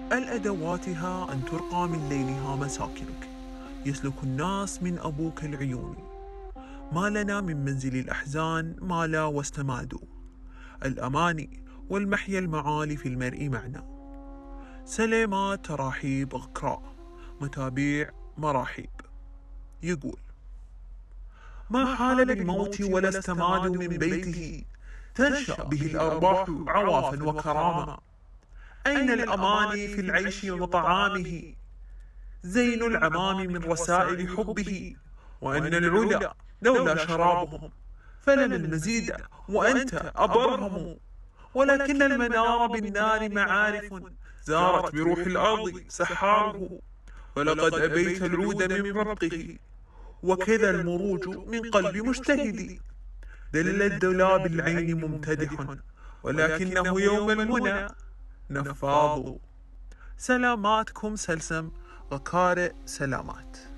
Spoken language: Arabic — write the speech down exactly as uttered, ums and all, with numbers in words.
الأدواتها أن ترقى من ليلها مساكنك، يسلك الناس من أبوك العيون. ما لنا من منزل الأحزان ما لا واستمادوا، الأماني والمحيا المعالي في المرء معنا. سلامات تراحيب غكراء، متابيع مراحيب. يقول: ما حال بالموت ولا استماد من بيته، تنشأ به الأرباح عوافا وكراما. أين الأماني في العيش وطعامه، زين العمام من رسائل حبه. وأن العلا لولا شرابهم، فلم المزيد وأنت أبرهم. ولكن المنار بالنار معارف، زارت بروح الأرض سحاره. ولقد أبيت العود من ربقه، وكذا المروج من قلب مجتهد. دل الدلاب العين ممتدح، ولكنه يوم المنى نفاض. سلاماتكم سلسم غكارة. سلامات.